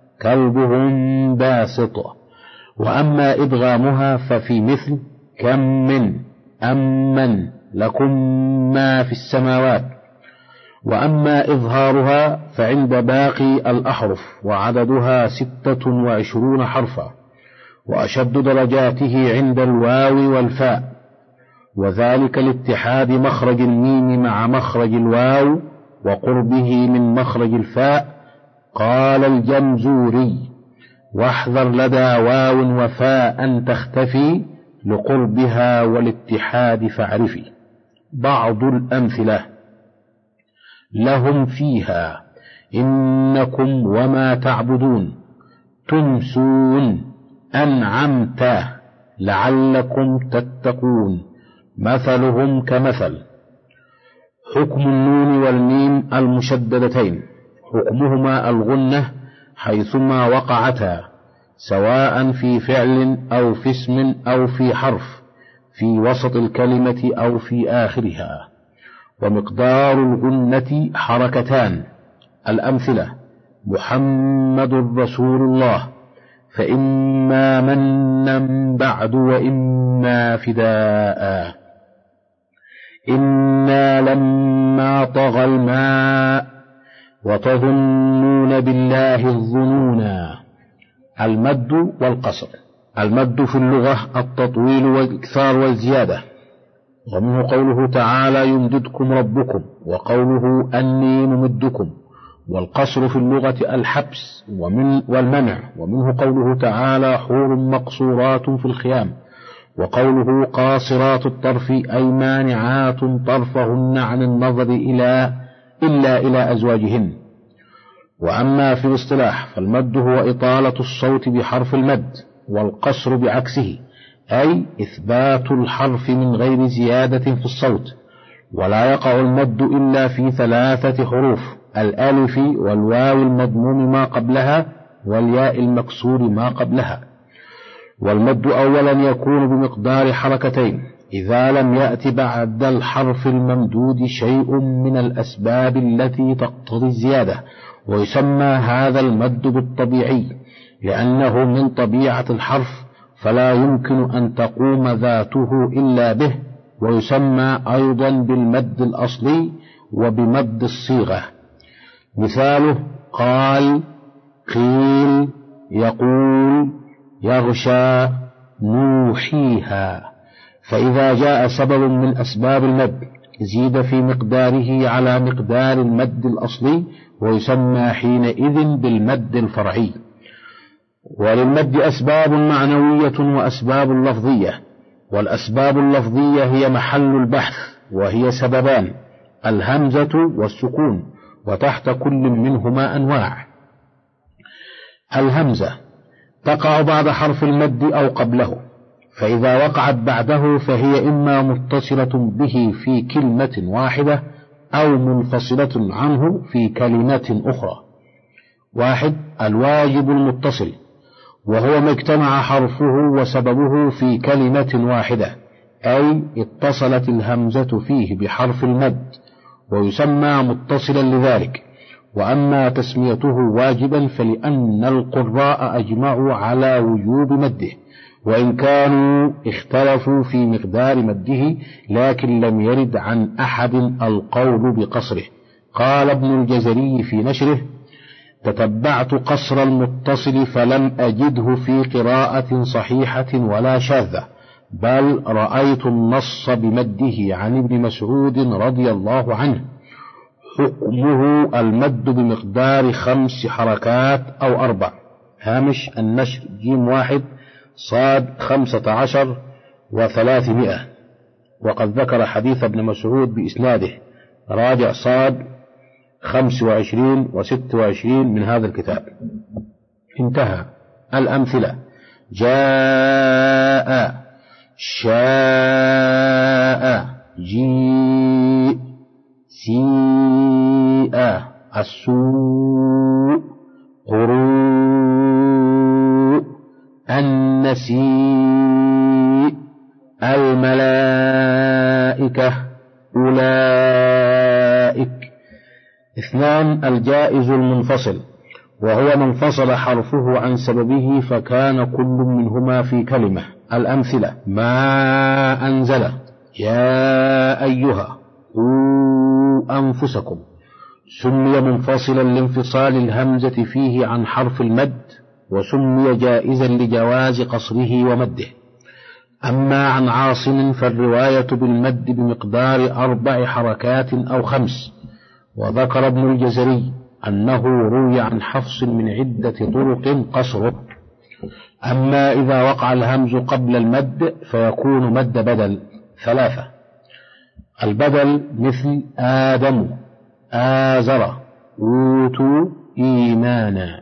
كلبهم باسط. وأما إدغامها ففي مثل كم من أمن لكم ما في السماوات. وأما إظهارها فعند باقي الأحرف وعددها ستة وعشرون حرفا، وأشد درجاته عند الواو والفاء، وذلك لاتحاد مخرج الميم مع مخرج الواو وقربه من مخرج الفاء. قال الجمزوري: واحذر لدى واو وفاء تختفي لقربها والاتحاد فاعرفي. بعض الأمثلة: لهم فيها إنكم وما تعبدون، تمسون، أنعمت، لعلكم تتقون، مثلهم كمثل. حكم النون والميم المشددتين: حكمهما الغنة حيثما وقعتا، سواء في فعل أو في اسم أو في حرف، في وسط الكلمة أو في آخرها. ومقدار الغنة حركتان. الأمثلة: محمد رسول الله، فإما منا بعد وإما فداء. إنا لما طغى الماء وتظنون بالله الظنونا. المد والقصر: المد في اللغة التطويل والإكثار والزيادة، ومنه قوله تعالى يمددكم ربكم، وقوله أني ممدكم. والقصر في اللغة الحبس ومن والمنع، ومنه قوله تعالى حور مقصورات في الخيام، وقوله قاصرات الطرف أي مانعات طرفهن عن النظر إلى إلا إلى أزواجهن. وأما في الاصطلاح فالمد هو إطالة الصوت بحرف المد، والقصر بعكسه، أي إثبات الحرف من غير زيادة في الصوت. ولا يقع المد إلا في ثلاثة حروف: الألف والواو المضموم ما قبلها والياء المكسور ما قبلها. والمد أولا يكون بمقدار حركتين إذا لم يأت بعد الحرف الممدود شيء من الأسباب التي تقتضي الزيادة، ويسمى هذا المد بالطبيعي لأنه من طبيعة الحرف فلا يمكن أن تقوم ذاته إلا به، ويسمى أيضا بالمد الأصلي وبمد الصيغة. مثاله قال، قيل، يقول، يغشى، نوحيها. فإذا جاء سبب من أسباب المد زيد في مقداره على مقدار المد الأصلي ويسمى حينئذ بالمد الفرعي. وللمد أسباب معنوية وأسباب لفظية، والأسباب اللفظية هي محل البحث، وهي سببان: الهمزة والسكون، وتحت كل منهما أنواع. الهمزة تقع بعد حرف المد أو قبله، فإذا وقعت بعده فهي إما متصلة به في كلمة واحدة أو منفصلة عنه في كلمات أخرى. واحد، الواجب المتصل، وهو ما اجتمع حرفه وسببه في كلمة واحدة، أي اتصلت الهمزة فيه بحرف المد ويسمى متصلا لذلك. وأما تسميته واجبا فلأن القراء أجمعوا على وجوب مده، وإن كانوا اختلفوا في مقدار مده، لكن لم يرد عن أحد القول بقصره. قال ابن الجزري في نشره: تتبعت قصر المتصل فلم أجده في قراءة صحيحة ولا شاذة، بل رأيت النص بمده عن ابن مسعود رضي الله عنه. حكمه المد بمقدار خمس حركات أو أربع. هامش النشر جيم واحد صاد خمسة عشر وثلاثمائة. وقد ذكر حديث ابن مسعود بإسناده، راجع صاد خمس وعشرين وست وعشرين من هذا الكتاب. انتهى. الأمثلة: جاء، شاء، جيء، سيء، السوء، قروء، النسيء، الملائكة، أولئك. اثنان، الجائز المنفصل، وهو من انفصل حرفه عن سببه فكان كل منهما في كلمة. الأمثلة: ما أنزل، يا أيها، قوا أنفسكم. سمي منفصلا لانفصال الهمزة فيه عن حرف المد، وسمي جائزا لجواز قصره ومده. أما عن عاصم فالرواية بالمد بمقدار أربع حركات أو خمس. وذكر ابن الجزري أنه روي عن حفص من عدة طرق قصره. أما إذا وقع الهمز قبل المد فيكون مد بدل. ثلاثة، البدل مثل آدم، آزر، أوتوا، إيمانا.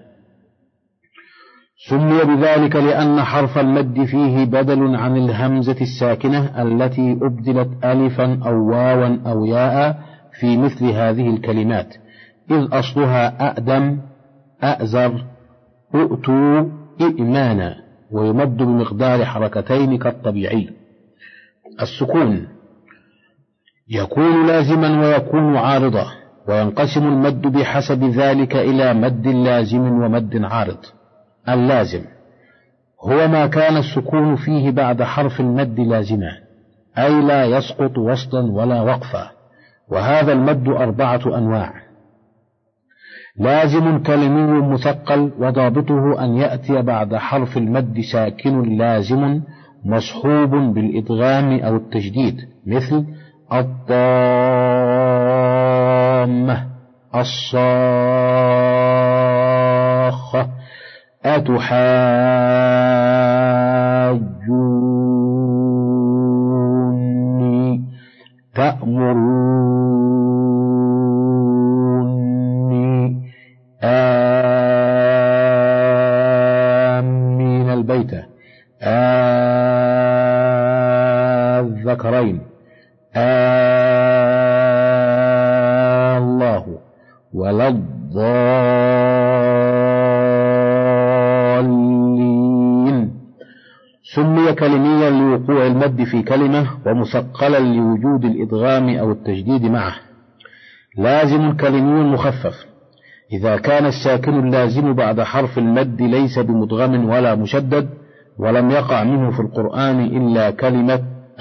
سمي بذلك لأن حرف المد فيه بدل عن الهمزة الساكنة التي أبدلت ألفا أو واوا أو ياء في مثل هذه الكلمات، إذ أصلها أأدم، أأزر، أؤتوا، إيمانا، ويمد بمقدار حركتين كالطبيعي. السكون يكون لازما ويكون عارضا، وينقسم المد بحسب ذلك إلى مد لازم ومد عارض. اللازم هو ما كان السكون فيه بعد حرف المد لازما، أي لا يسقط وصلا ولا وقفا، وهذا المد أربعة أنواع: لازم كلمي مثقل، وضابطه أن يأتي بعد حرف المد ساكن لازم مصحوب بالإدغام أو التجديد، مثل الطامة، الصاخة، أتحاجوني، تأمروني، آمين البيت، الذكرين، الله، ولا الضالين. سمي كلميا لوقوع المد في كلمة، ومثقلا لوجود الإدغام أو التجديد معه. لازم كلمي مخفف إذا كان الساكن اللازم بعد حرف المد ليس بمدغم ولا مشدد، ولم يقع منه في القرآن إلا كلمة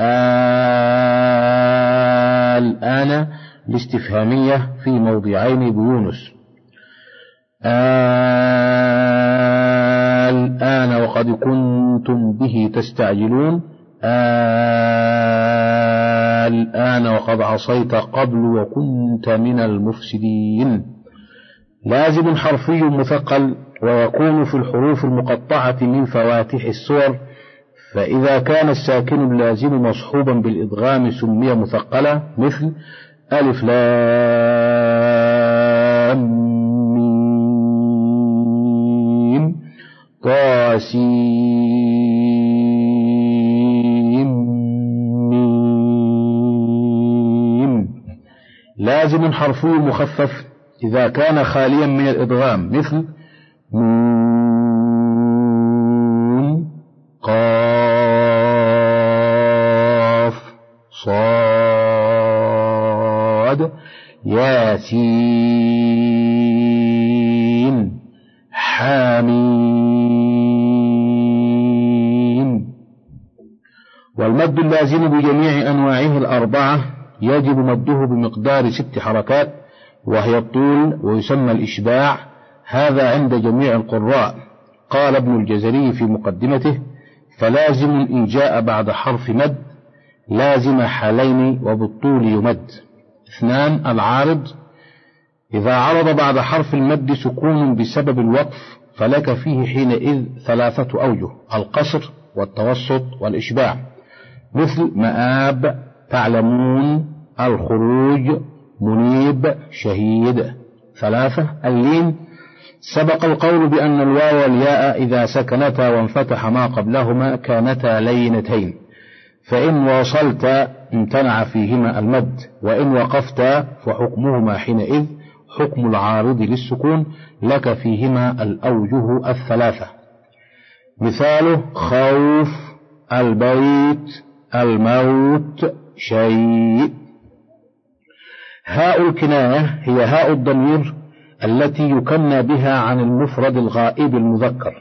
الآن الاستفهامية في موضعين بيونس. الآن وقد كنتم به تستعجلون، الآن وقد عصيت قبل وكنت من المفسدين. لازم حرفي مثقل، ويكون في الحروف المقطعة من فواتح السور، فإذا كان الساكن اللازم مصحوبا بالإدغام سمي مثقلا، مثل ألف لام ميم طا سين ميم. لازم حرفي مخفف إذا كان خاليا من الإدغام، مثل نون قاف صاد ياسين حاميم. والمد اللازم بجميع أنواعه الأربعة يجب مده بمقدار ست حركات، وهي الطول، ويسمى الإشباع. هذا عند جميع القراء. قال ابن الجزري في مقدمته: فلازم إن جاء بعد حرف مد لازم حالين وبالطول يمد. اثنان العارض، إذا عرض بعد حرف المد سكون بسبب الوقف فلك فيه حينئذ ثلاثة أوجه: القصر والتوسط والإشباع، مثل مآب تعلمون الخروج منيب شهيد. ثلاثة اللين، سبق القول بأن الواو والياء إذا سكنتا وانفتح ما قبلهما كانتا لينتين، فإن واصلت امتنع فيهما المد، وإن وقفت فحكمهما حينئذ حكم العارض للسكون، لك فيهما الأوجه الثلاثة. مثاله: خوف البيت الموت شيء. هاء الكناية هي هاء الضمير التي يكنى بها عن المفرد الغائب المذكر،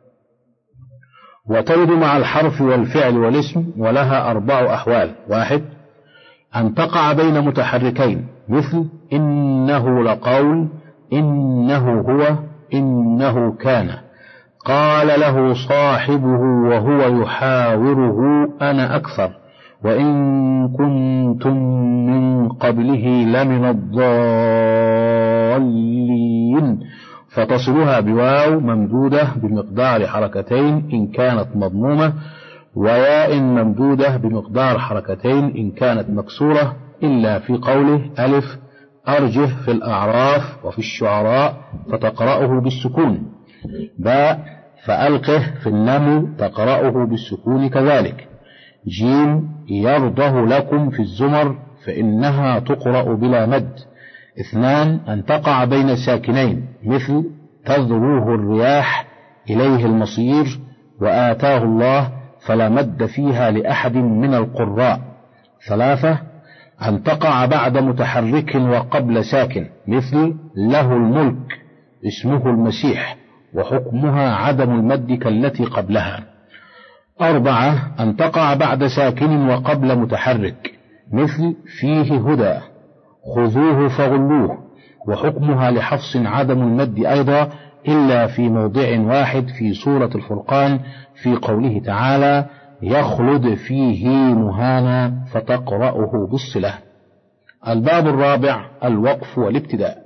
وترد مع الحرف والفعل والاسم، ولها أربع أحوال: واحد أن تقع بين متحركين، مثل إنه لقول، إنه هو، إنه كان. قال له صاحبه وهو يحاوره أنا أكثر، وإن كنتم من قبله لمن الضالين، فتصلها بواو ممدودة بمقدار حركتين إن كانت مضمومة، وياء ممدودة بمقدار حركتين إن كانت مكسورة، إلا في قوله ألف أرجه في الأعراف وفي الشعراء فتقرأه بالسكون، باء فألقه في النمل تقرأه بالسكون كذلك، جيم يرضه لكم في الزمر فإنها تقرأ بلا مد. اثنان أن تقع بين ساكنين، مثل تذروه الرياح إليه المصير وآتاه الله، فلا مد فيها لأحد من القراء. ثلاثة أن تقع بعد متحرك وقبل ساكن، مثل له الملك اسمه المسيح، وحكمها عدم المد كالتي قبلها. أربعة أن تقع بعد ساكن وقبل متحرك، مثل فيه هدى خذوه فغلوه، وحكمها لحفص عدم المد أيضا، إلا في موضع واحد في سورة الفرقان في قوله تعالى يخلد فيه مهانا فتقرأه بالصلة. الباب الرابع الوقف والابتداء.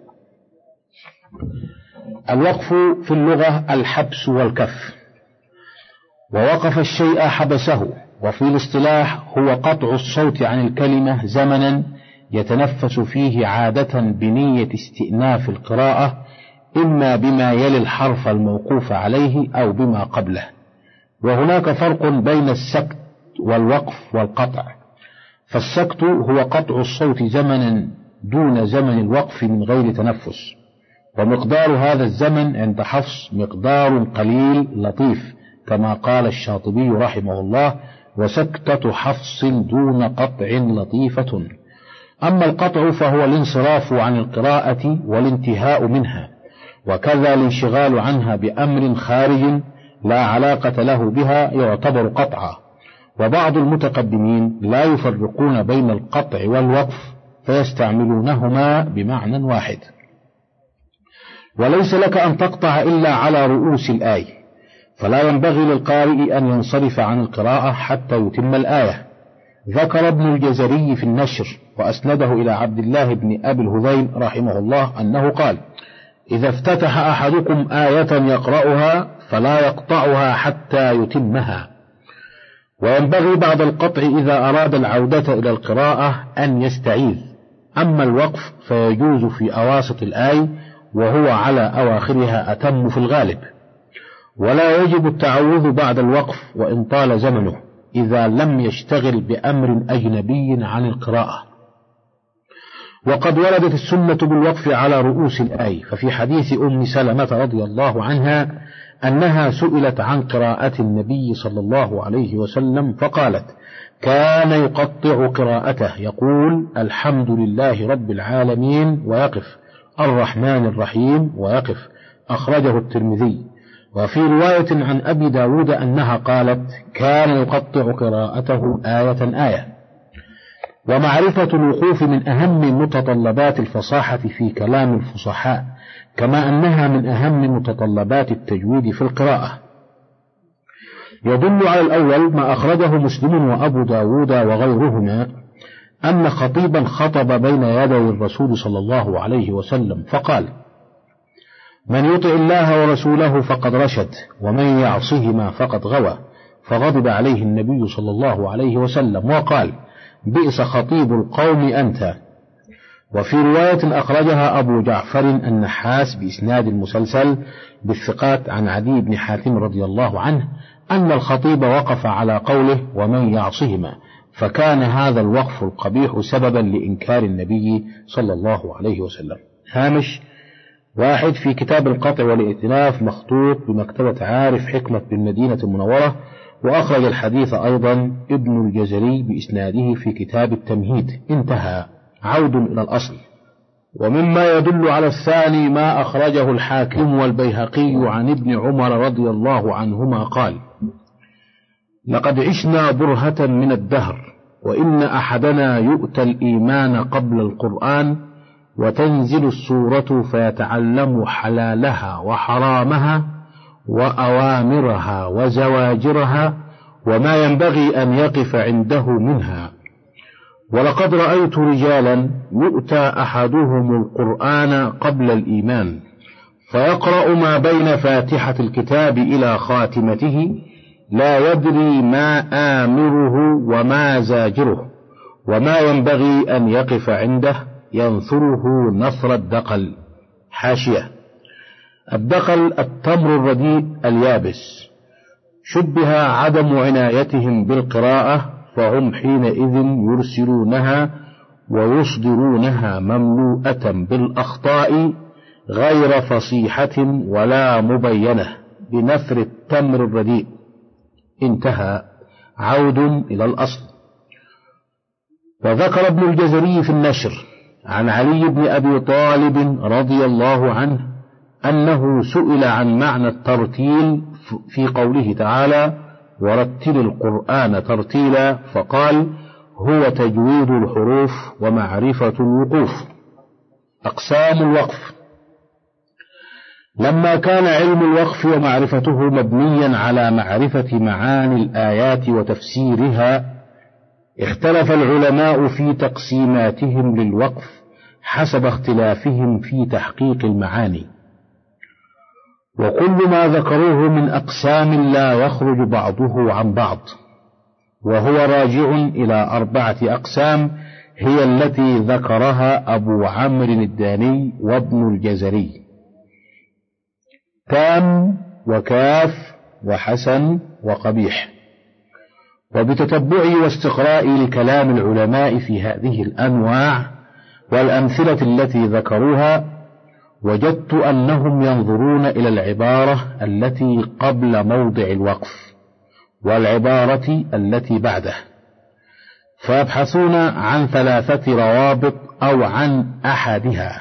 الوقف في اللغة الحبس والكف، ووقف الشيء حبسه، وفي الاصطلاح هو قطع الصوت عن الكلمة زمنا يتنفس فيه عادة بنية استئناف القراءة، إما بما يلي الحرف الموقوف عليه أو بما قبله. وهناك فرق بين السكت والوقف والقطع، فالسكت هو قطع الصوت زمنا دون زمن الوقف من غير تنفس، ومقدار هذا الزمن عند حفص مقدار قليل لطيف، كما قال الشاطبي رحمه الله: وسكتة حفص دون قطع لطيفة. أما القطع فهو الانصراف عن القراءة والانتهاء منها، وكذا الانشغال عنها بأمر خارج لا علاقة له بها يعتبر قطعا. وبعض المتقدمين لا يفرقون بين القطع والوقف فيستعملونهما بمعنى واحد. وليس لك أن تقطع إلا على رؤوس الآية، فلا ينبغي للقارئ أن ينصرف عن القراءة حتى يتم الآية. ذكر ابن الجزري في النشر وأسنده إلى عبد الله بن أبي الهذيل رحمه الله أنه قال: إذا افتتح أحدكم آية يقرأها فلا يقطعها حتى يتمها. وينبغي بعد القطع إذا أراد العودة إلى القراءة أن يستعيذ. أما الوقف فيجوز في أواسط الآية، وهو على أواخرها أتم في الغالب. ولا يجب التعوذ بعد الوقف وإن طال زمنه إذا لم يشتغل بأمر أجنبي عن القراءة. وقد وردت السنة بالوقف على رؤوس الآية، ففي حديث أم سلمة رضي الله عنها أنها سئلت عن قراءة النبي صلى الله عليه وسلم فقالت: كان يقطع قراءته يقول: الحمد لله رب العالمين ويقف، الرحمن الرحيم ويقف. أخرجه الترمذي. وفي رواية عن أبي داود أنها قالت: كان يقطع قراءته آية آية. ومعرفة الوقوف من أهم متطلبات الفصاحة في كلام الفصحاء، كما أنها من أهم متطلبات التجويد في القراءة. يدل على الأول ما أخرجه مسلم وأبو داود وغيرهما أن خطيبا خطب بين يدي الرسول صلى الله عليه وسلم فقال: من يطع الله ورسوله فقد رشد، ومن يعصهما فقد غوى. فغضب عليه النبي صلى الله عليه وسلم وقال: بئس خطيب القوم أنت. وفي رواية أخرجها أبو جعفر النحاس بإسناد مسلسل بالثقات عن عدي بن حاتم رضي الله عنه أن الخطيب وقف على قوله: ومن يعصهما، فكان هذا الوقف القبيح سببا لإنكار النبي صلى الله عليه وسلم. هامش واحد: في كتاب القطع والائتلاف مخطوط بمكتبة عارف حكمة بالمدينة المنورة، وأخرج الحديث أيضا ابن الجزري بإسناده في كتاب التمهيد. انتهى. عود إلى الأصل. ومما يدل على الثاني ما أخرجه الحاكم والبيهقي عن ابن عمر رضي الله عنهما قال: لقد عشنا برهة من الدهر، وإن أحدنا يؤتى الإيمان قبل القرآن، وتنزل السورة فيتعلم حلالها وحرامها وأوامرها وزواجرها وما ينبغي أن يقف عنده منها. ولقد رأيت رجالا يؤتى أحدهم القرآن قبل الإيمان، فيقرأ ما بين فاتحة الكتاب إلى خاتمته، لا يدري ما آمره وما زاجره وما ينبغي أن يقف عنده، ينثره نثر الدقل. حاشية: الدقل التمر الرديء اليابس. شبه عدم عنايتهم بالقراءة، فهم حينئذ يرسلونها ويصدرونها مملوءة بالأخطاء غير فصيحة ولا مبينة بنثر التمر الرديء. انتهى. عود إلى الأصل. وذكر ابن الجزري في النشر عن علي بن أبي طالب رضي الله عنه أنه سئل عن معنى الترتيل في قوله تعالى: ورتل القرآن ترتيلا، فقال: هو تجويد الحروف ومعرفة الوقوف. أقسام الوقف. لما كان علم الوقف ومعرفته مبنيا على معرفة معاني الآيات وتفسيرها، اختلف العلماء في تقسيماتهم للوقف حسب اختلافهم في تحقيق المعاني. وكل ما ذكروه من أقسام لا يخرج بعضه عن بعض، وهو راجع إلى أربعة أقسام هي التي ذكرها أبو عمرو الداني وابن الجزري: تام وكاف وحسن وقبيح. وبتتبعي واستقرائي لكلام العلماء في هذه الأنواع والأمثلة التي ذكروها، وجدت أنهم ينظرون إلى العبارة التي قبل موضع الوقف والعبارة التي بعده، فيبحثون عن ثلاثة روابط أو عن أحدها،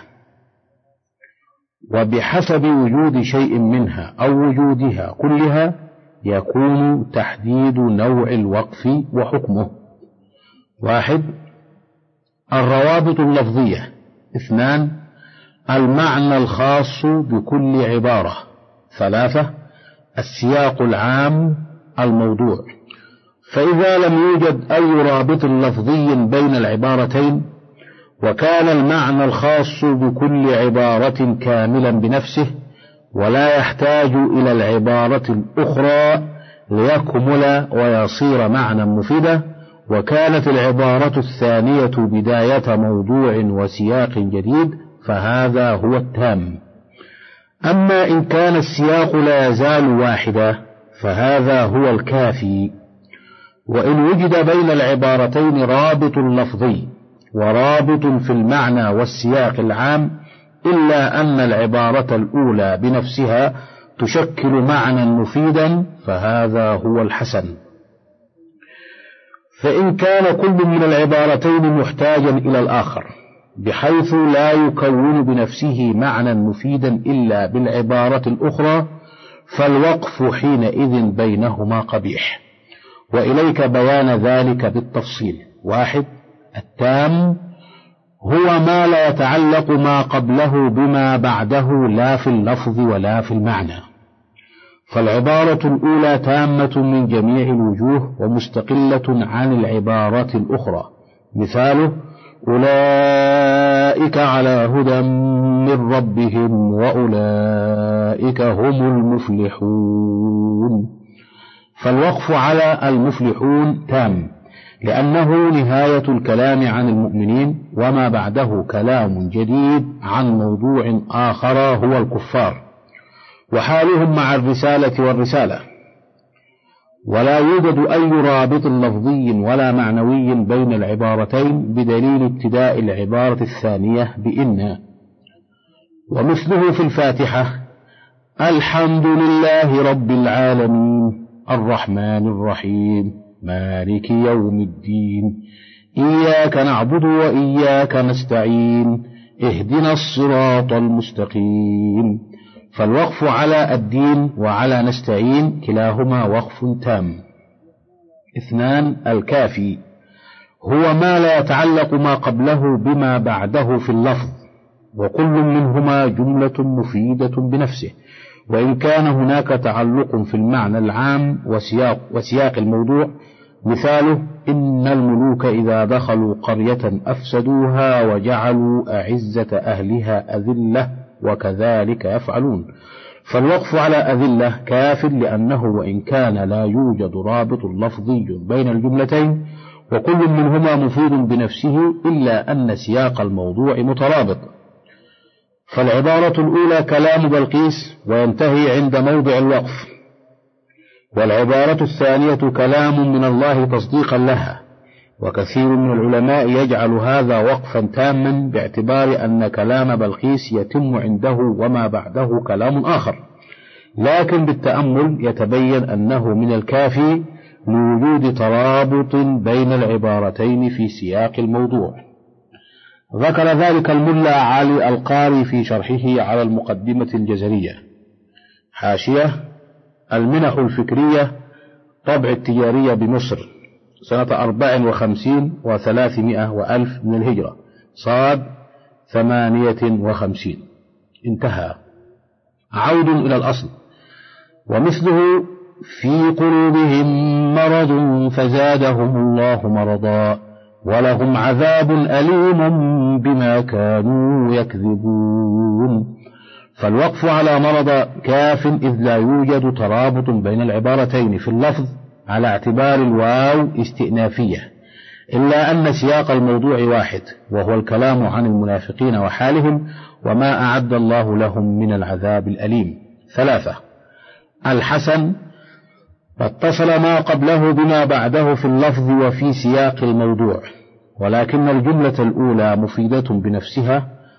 وبحسب وجود شيء منها أو وجودها كلها يكون تحديد نوع الوقف وحكمه. واحد، الروابط اللفظية. اثنان، المعنى الخاص بكل عبارة. ثلاثة، السياق العام الموضوع. فإذا لم يوجد أي رابط لفظي بين العبارتين، وكان المعنى الخاص بكل عبارة كاملا بنفسه ولا يحتاج إلى العبارة الأخرى ليكمل ويصير معنى مفيدا، وكانت العبارة الثانية بداية موضوع وسياق جديد، فهذا هو التام. أما إن كان السياق لا يزال واحدا فهذا هو الكافي. وإن وجد بين العبارتين رابط لفظي ورابط في المعنى والسياق العام، إلا أن العبارة الأولى بنفسها تشكل معنى مفيدا، فهذا هو الحسن. فإن كان كل من العبارتين محتاجا إلى الآخر بحيث لا يكون بنفسه معنى مفيدا إلا بالعبارة الأخرى، فالوقف حينئذ بينهما قبيح. وإليك بيان ذلك بالتفصيل. واحد، التام هو ما لا يتعلق ما قبله بما بعده لا في اللفظ ولا في المعنى، فالعبارة الأولى تامة من جميع الوجوه ومستقلة عن العبارات الأخرى. مثاله: أولئك على هدى من ربهم وأولئك هم المفلحون. فالوقف على المفلحون تام، لأنه نهاية الكلام عن المؤمنين، وما بعده كلام جديد عن موضوع آخر هو الكفار، وحالهم مع الرسالة والرسالة. ولا يوجد أي رابط لفظي ولا معنوي بين العبارتين بدليل ابتداء العبارة الثانية بإن. ومثله في الفاتحة: الحمد لله رب العالمين الرحمن الرحيم مالك يوم الدين إياك نعبد وإياك نستعين اهدنا الصراط المستقيم. فالوقف على الدين وعلى نستعين كلاهما وقف تام. اثنان، الكافي هو ما لا يتعلق ما قبله بما بعده في اللفظ، وكل منهما جملة مفيدة بنفسه، وإن كان هناك تعلق في المعنى العام وسياق, وسياق الموضوع. مثاله: إن الملوك إذا دخلوا قرية أفسدوها وجعلوا أعزة أهلها أذلة وكذلك يفعلون. فالوقف على أذلة كاف، لأنه وإن كان لا يوجد رابط لفظي بين الجملتين وكل منهما مفيد بنفسه، إلا أن سياق الموضوع مترابط. فالعبارة الأولى كلام بلقيس وينتهي عند موضع الوقف، والعبارة الثانية كلام من الله تصديقا لها. وكثير من العلماء يجعل هذا وقفا تاما باعتبار أن كلام بلقيس يتم عنده وما بعده كلام آخر، لكن بالتأمل يتبين أنه من الكافي لوجود ترابط بين العبارتين في سياق الموضوع. ذكر ذلك الملا علي القاري في شرحه على المقدمة الجزرية. حاشية: المنح الفكرية، طبع التجارية بمصر، سنة أربع وخمسين وثلاثمائة وألف من الهجرة، صاد ثمانية وخمسين. انتهى. عود إلى الأصل. ومثله: في قلوبهم مرض فزادهم الله مرضا ولهم عذاب أليم بما كانوا يكذبون. فالوقف على مرض كاف، إذ لا يوجد ترابط بين العبارتين في اللفظ على اعتبار الواو استئنافية، إلا أن سياق الموضوع واحد، وهو الكلام عن المنافقين وحالهم وما أعد الله لهم من العذاب الأليم. ثلاثة، الحسن فاتصل ما قبله بما بعده في اللفظ وفي سياق الموضوع، ولكن الجملة الأولى مفيدة بنفسها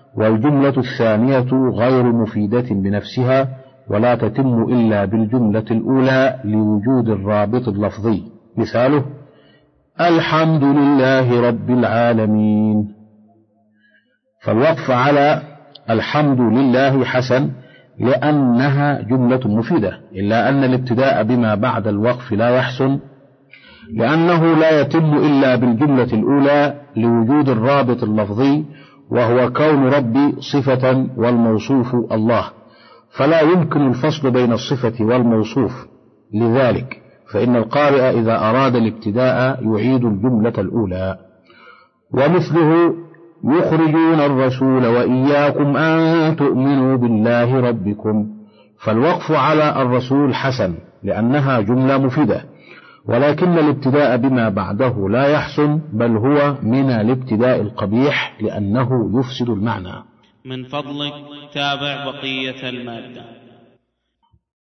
والجملة الثانية غير مفيدة بنفسها ولا تتم إلا بالجملة الأولى لوجود الرابط اللفظي. مثاله: الحمد لله رب العالمين. فالوقف على الحمد لله حسن لأنها جملة مفيدة، إلا أن الابتداء بما بعد الوقف لا يحسن، لأنه لا يتم إلا بالجملة الأولى لوجود الرابط اللفظي، وهو كون ربي صفة والموصوف الله، فلا يمكن الفصل بين الصفة والموصوف. لذلك فإن القارئ إذا أراد الابتداء يعيد الجملة الأولى. ومثله: يخرجون الرسول وإياكم أن تؤمنوا بالله ربكم. فالوقف على الرسول حسن لأنها جملة مفيدة، ولكن الابتداء بما بعده لا يحسن، بل هو من الابتداء القبيح لأنه يفسد المعنى. من فضلك تابع بقية المادة.